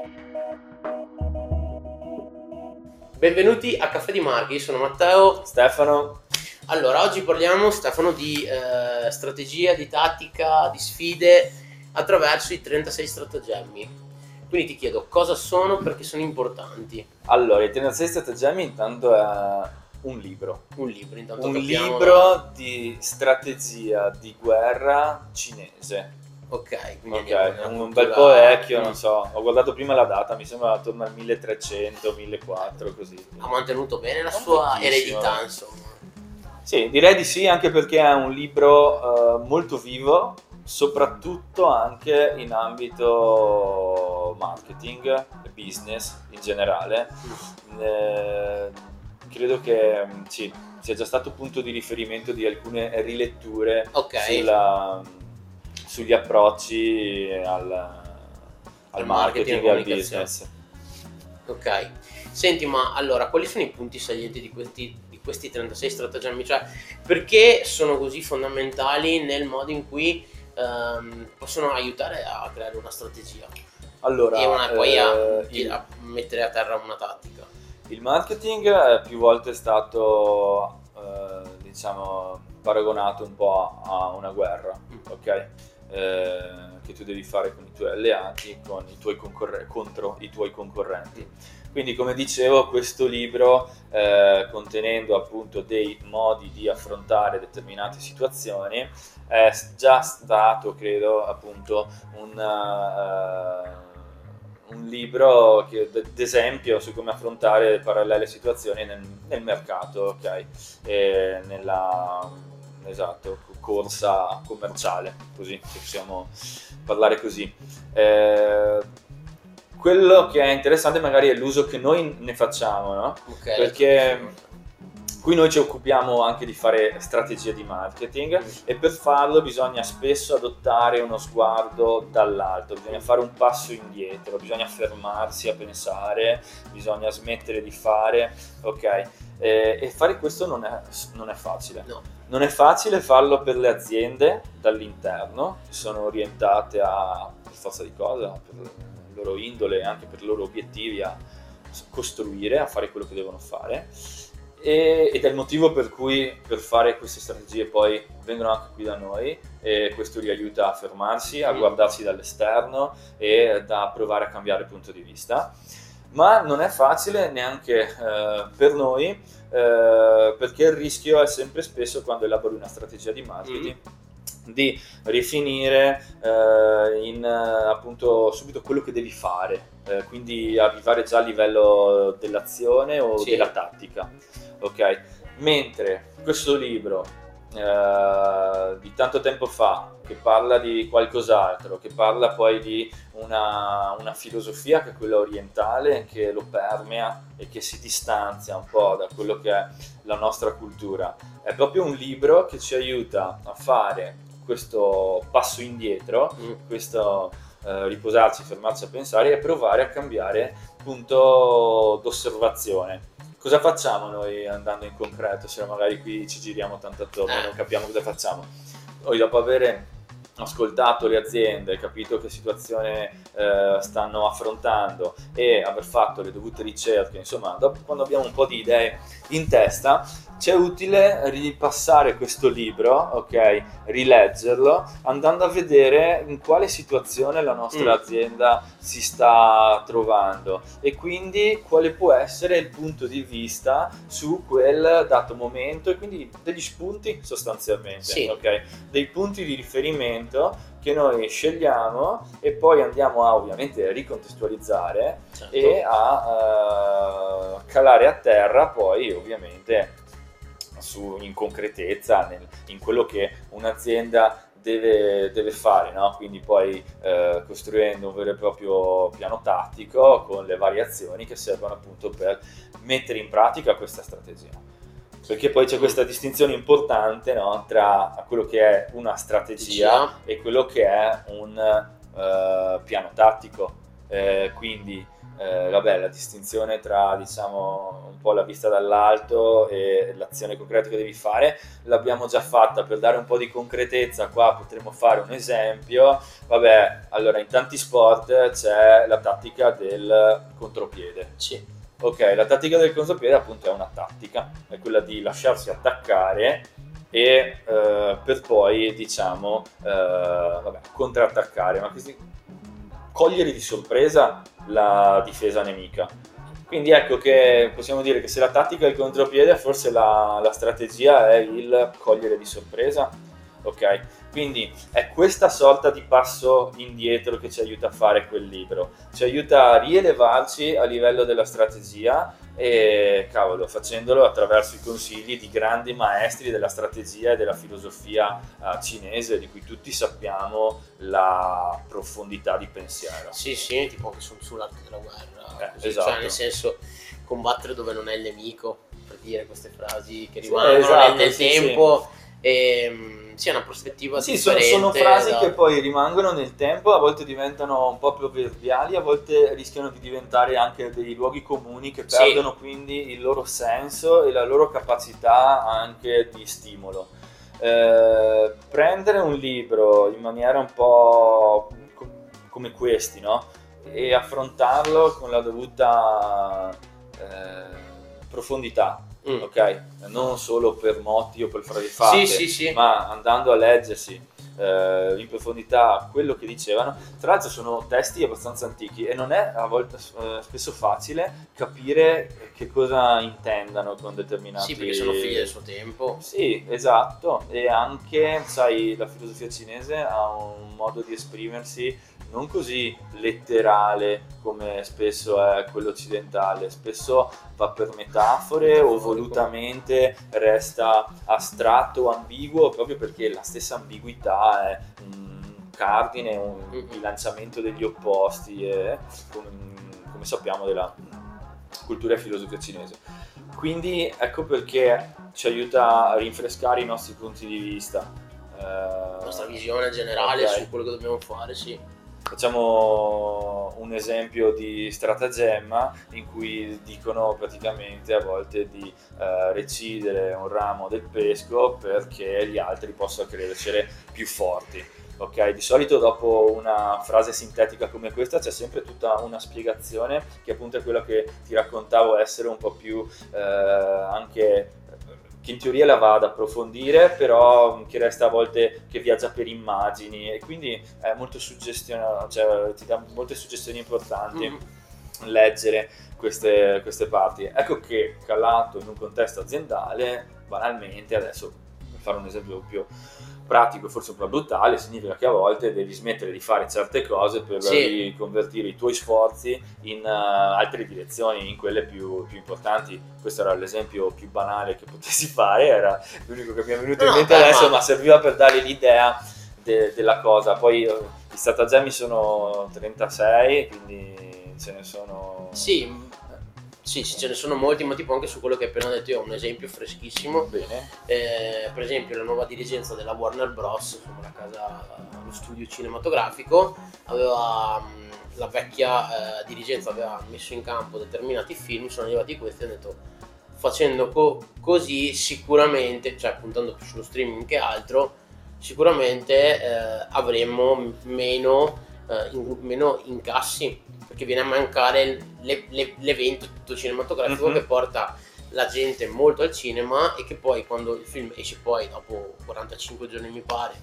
Benvenuti a Caffè di Marchi, sono Matteo. Stefano. Allora, oggi parliamo, Stefano, di strategia, di tattica, di sfide attraverso i 36 stratagemmi. Quindi ti chiedo cosa sono, perché sono importanti. Allora, i 36 stratagemmi intanto è un libro. Un libro, intanto Un capiamo libro di strategia di guerra cinese. Ok, quindi Ok, un bel po' vecchio, non so, ho guardato prima la data, mi sembra attorno al 1300, 1400, così. Ha mantenuto bene la sua Tantissimo. eredità, insomma. Sì, direi di sì, anche perché è un libro molto vivo, soprattutto anche in ambito marketing e business in generale. Credo che sì, sia già stato punto di riferimento di alcune riletture sugli approcci al marketing e al business. Ok, senti, ma allora quali sono i punti salienti di questi 36 stratagemmi? Cioè, perché sono così fondamentali nel modo in cui possono aiutare a creare una strategia allora, e poi a mettere a terra una tattica? Il marketing più volte è stato paragonato un po' a una guerra, ok? Che tu devi fare con i tuoi alleati, con i tuoi contro i tuoi concorrenti. Quindi, come dicevo, questo libro, contenendo appunto dei modi di affrontare determinate situazioni, è già stato, credo, appunto un libro che d'esempio su come affrontare parallele situazioni nel mercato, ok? Esatto, corsa commerciale, così, se possiamo parlare così. Quello che è interessante magari è l'uso che noi ne facciamo, no? Okay, perché qui noi ci occupiamo anche di fare strategie di marketing e per farlo bisogna spesso adottare uno sguardo dall'alto, bisogna fare un passo indietro, bisogna fermarsi a pensare, bisogna smettere di fare, ok? E fare questo non è facile. No. Non è facile farlo per le aziende dall'interno, che sono orientate per forza di cosa, per la loro indole e anche per i loro obiettivi a costruire, a fare quello che devono fare. Ed è il motivo per cui per fare queste strategie poi vengono anche qui da noi e questo li aiuta a fermarsi, a guardarsi dall'esterno e da provare a cambiare punto di vista. Ma non è facile neanche per noi perché il rischio è sempre spesso, quando elabori una strategia di marketing, di rifinire in appunto subito quello che devi fare, quindi arrivare già a livello dell'azione o della tattica, ok? Mentre questo libro di tanto tempo fa, che parla di qualcos'altro, che parla poi di una filosofia che è quella orientale, che lo permea e che si distanzia un po' da quello che è la nostra cultura, è proprio un libro che ci aiuta a fare questo passo indietro, questo riposarci, fermarci a pensare e provare a cambiare punto d'osservazione. Cosa facciamo noi andando in concreto, se magari qui ci giriamo tanto attorno e non capiamo cosa facciamo? Noi, dopo aver ascoltato le aziende, capito che situazione stanno affrontando e aver fatto le dovute ricerche, insomma, dopo, quando abbiamo un po' di idee in testa, c'è utile ripassare questo libro, ok? Rileggerlo, andando a vedere in quale situazione la nostra azienda si sta trovando e quindi quale può essere il punto di vista su quel dato momento, e quindi degli spunti sostanzialmente, ok? Dei punti di riferimento che noi scegliamo e poi andiamo a ovviamente ricontestualizzare e a calare a terra poi ovviamente in concretezza in quello che un'azienda deve fare, no? Quindi poi costruendo un vero e proprio piano tattico con le variazioni che servono appunto per mettere in pratica questa strategia. Perché poi c'è questa distinzione importante, no? Tra quello che è una strategia e quello che è un piano tattico. quindi vabbè, la distinzione tra, diciamo, un po' la vista dall'alto e l'azione concreta che devi fare l'abbiamo già fatta. Per dare un po' di concretezza qua potremmo fare un esempio. Vabbè, allora in tanti sport c'è la tattica del contropiede. Sì. Ok, la tattica del contropiede appunto è una tattica, è quella di lasciarsi attaccare e per poi, diciamo, contrattaccare, ma così cogliere di sorpresa la difesa nemica. Quindi ecco che possiamo dire che se la tattica è il contropiede, forse la strategia è il cogliere di sorpresa. Ok, quindi è questa sorta di passo indietro che ci aiuta a fare quel libro, ci aiuta a rielevarci a livello della strategia e cavolo, facendolo attraverso i consigli di grandi maestri della strategia e della filosofia cinese, di cui tutti sappiamo la profondità di pensiero. Sì, tipo che sono sull'arte della guerra, così. Esatto. Cioè nel senso combattere dove non è il nemico, per dire queste frasi che rimangono esatto, nel tempo. Sì, è una prospettiva differente. Sono frasi che poi rimangono nel tempo, a volte diventano un po' proverbiali, a volte rischiano di diventare anche dei luoghi comuni che perdono quindi il loro senso e la loro capacità anche di stimolo. Prendere un libro in maniera un po' come questi, no? E affrontarlo con la dovuta profondità. Ok, non solo per motti o per frasi fatte, ma andando a leggersi in profondità quello che dicevano. Tra l'altro sono testi abbastanza antichi e non è a volte spesso facile capire che cosa intendano con determinati... Sì, perché sono figli del suo tempo. Sì, esatto, e anche, sai, la filosofia cinese ha un modo di esprimersi non così letterale come spesso è quello occidentale, spesso va per metafore o volutamente resta astratto o ambiguo, proprio perché la stessa ambiguità è un cardine, un bilanciamento degli opposti, come sappiamo della cultura e filosofia cinese. Quindi ecco perché ci aiuta a rinfrescare i nostri punti di vista, la nostra visione generale su quello che dobbiamo fare. Facciamo un esempio di stratagemma in cui dicono praticamente a volte di recidere un ramo del pesco perché gli altri possano crescere più forti. Ok, di solito dopo una frase sintetica come questa c'è sempre tutta una spiegazione che appunto è quella che ti raccontavo essere un po' più anche... che in teoria la va ad approfondire, però che resta a volte che viaggia per immagini e quindi è molto suggestionale, cioè ti dà molte suggestioni importanti leggere queste parti. Ecco che calato in un contesto aziendale, banalmente, adesso per fare un esempio più pratico e forse un po' brutale, significa che a volte devi smettere di fare certe cose per riconvertire i tuoi sforzi in altre direzioni, in quelle più importanti. Questo era l'esempio più banale che potessi fare, era l'unico che mi è venuto in mente adesso, ma serviva per dare l'idea della cosa. Poi gli stratagemmi sono 36, quindi ce ne sono... Sì, ce ne sono molti, ma tipo anche su quello che hai appena detto io ho un esempio freschissimo. Bene. Per esempio la nuova dirigenza della Warner Bros, insomma la casa, lo studio cinematografico, aveva la vecchia dirigenza aveva messo in campo determinati film, sono arrivati questi e hanno detto facendo così sicuramente, cioè puntando più sullo streaming che altro, sicuramente avremmo meno incassi, perché viene a mancare l'evento tutto cinematografico che porta la gente molto al cinema e che poi quando il film esce poi dopo 45 giorni mi pare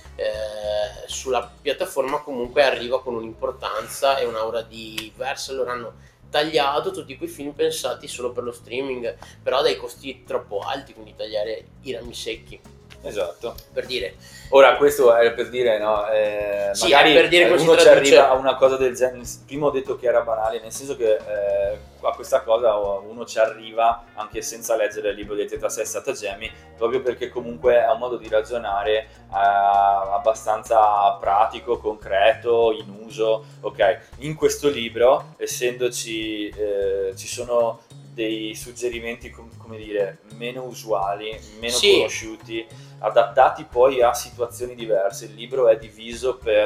sulla piattaforma comunque arriva con un'importanza e un'aura diversa. Allora hanno tagliato tutti quei film pensati solo per lo streaming, però dai costi troppo alti, quindi tagliare i rami secchi. Esatto. Per dire. Ora questo è per dire, no? Magari per dire uno ci arriva a una cosa del genere. Prima ho detto che era banale, nel senso che a questa cosa uno ci arriva anche senza leggere il libro dei 36 stratagemmi, proprio perché comunque è un modo di ragionare abbastanza pratico, concreto, in uso. Ok, in questo libro, essendoci ci sono dei suggerimenti, come dire, meno usuali, meno conosciuti, adattati poi a situazioni diverse. Il libro è diviso per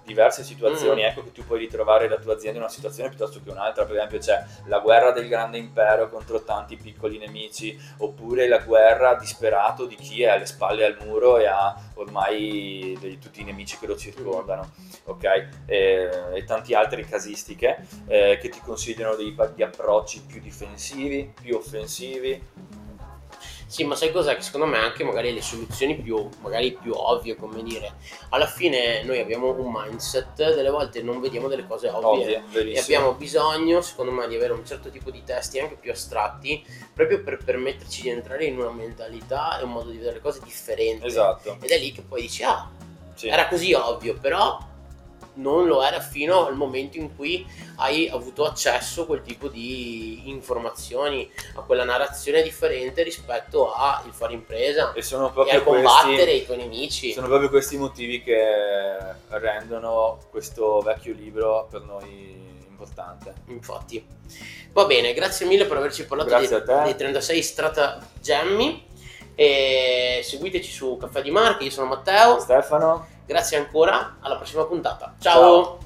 diverse situazioni, ecco che tu puoi ritrovare la tua azienda in una situazione piuttosto che un'altra. Per esempio c'è la guerra del grande impero contro tanti piccoli nemici, oppure la guerra disperato di chi è alle spalle al muro e ha ormai tutti i nemici che lo circondano, ok? E tante altre casistiche che ti consigliano di approcci più difensivi, più offensivi. Sì, ma sai cos'è? Che secondo me anche magari le soluzioni magari più ovvie, come dire, alla fine noi abbiamo un mindset, delle volte non vediamo delle cose ovvie e abbiamo bisogno, secondo me, di avere un certo tipo di testi anche più astratti, proprio per permetterci di entrare in una mentalità e un modo di vedere le cose differente. Esatto. Ed è lì che poi dici, sì, era così ovvio, però non lo era fino al momento in cui hai avuto accesso a quel tipo di informazioni, a quella narrazione differente rispetto al fare impresa e a combattere i tuoi nemici. Sono proprio questi motivi che rendono questo vecchio libro per noi importante. Infatti. Va bene, grazie mille per averci parlato dei 36 stratagemmi. E seguiteci su Caffè di Marche, io sono Matteo. Stefano. Grazie ancora, alla prossima puntata. Ciao.